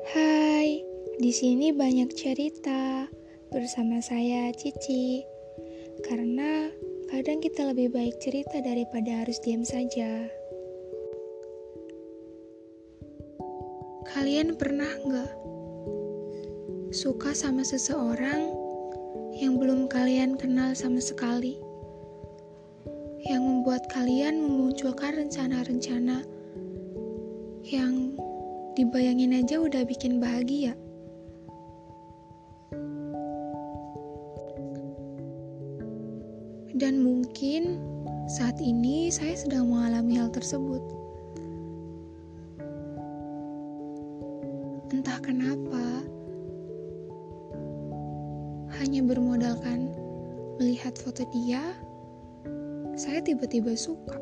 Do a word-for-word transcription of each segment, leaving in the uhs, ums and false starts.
Hai, di sini banyak cerita bersama saya Cici. Karena kadang kita lebih baik cerita daripada harus diam saja. Kalian pernah nggak suka sama seseorang yang belum kalian kenal sama sekali? Yang membuat kalian memunculkan rencana-rencana yang dibayangin aja udah bikin bahagia. Dan mungkin saat ini saya sedang mengalami hal tersebut. Entah kenapa, hanya bermodalkan melihat foto dia, saya tiba-tiba suka.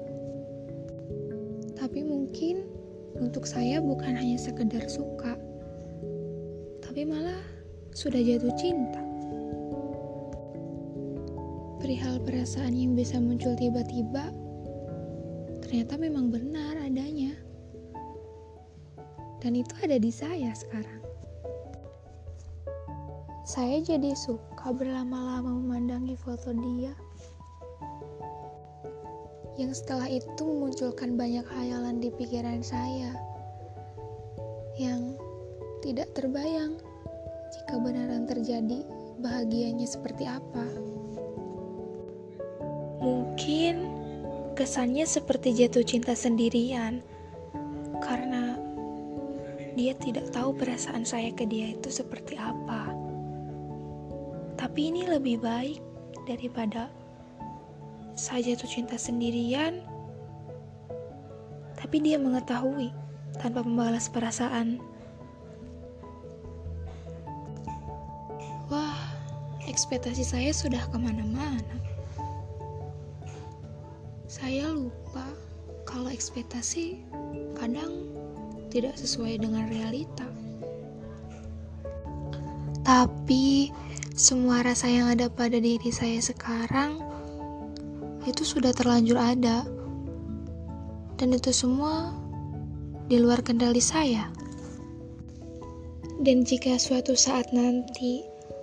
Tapi mungkin untuk saya bukan hanya sekedar suka, tapi malah sudah jatuh cinta. Perihal perasaan yang bisa muncul tiba-tiba, ternyata memang benar adanya. Dan itu ada di saya sekarang. Saya jadi suka berlama-lama memandangi foto dia, yang setelah itu memunculkan banyak khayalan di pikiran saya yang tidak terbayang jika beneran terjadi, bahagianya seperti apa. Mungkin kesannya seperti jatuh cinta sendirian karena dia tidak tahu perasaan saya ke dia itu seperti apa. Tapi ini lebih baik daripada saya jatuh cinta sendirian, tapi dia mengetahui tanpa membalas perasaan. Wah, ekspektasi saya sudah kemana-mana. Saya lupa kalau ekspektasi kadang tidak sesuai dengan realita. Tapi semua rasa yang ada pada diri saya sekarang itu sudah terlanjur ada, dan itu semua di luar kendali saya. Dan jika suatu saat nanti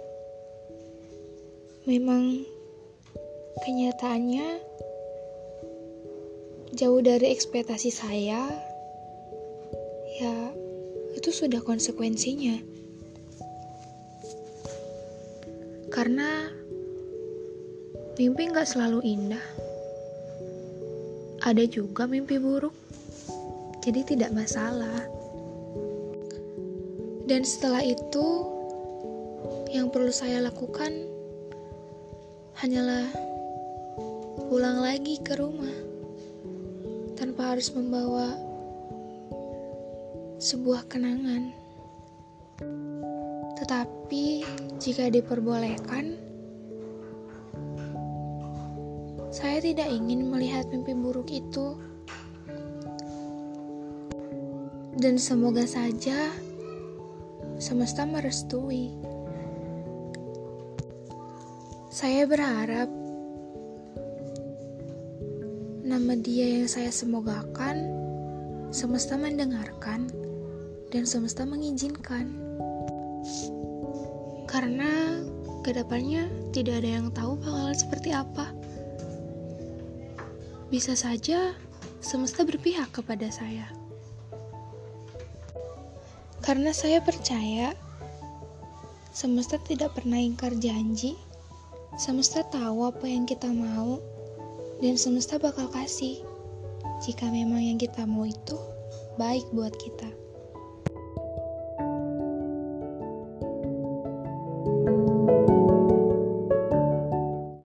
memang kenyataannya jauh dari ekspektasi saya, ya itu sudah konsekuensinya. Karena mimpi gak selalu indah. Ada juga mimpi buruk, jadi tidak masalah. Dan setelah itu, yang perlu saya lakukan hanyalah pulang lagi ke rumah, tanpa harus membawa sebuah kenangan. Tetapi jika diperbolehkan, saya tidak ingin melihat mimpi buruk itu. Dan semoga saja semesta merestui. Saya berharap nama dia yang saya semogakan, semesta mendengarkan dan semesta mengizinkan. Karena kedepannya tidak ada yang tahu bakalan seperti apa. Bisa saja semesta berpihak kepada saya. Karena saya percaya semesta tidak pernah ingkar janji. Semesta tahu apa yang kita mau dan semesta bakal kasih jika memang yang kita mau itu baik buat kita.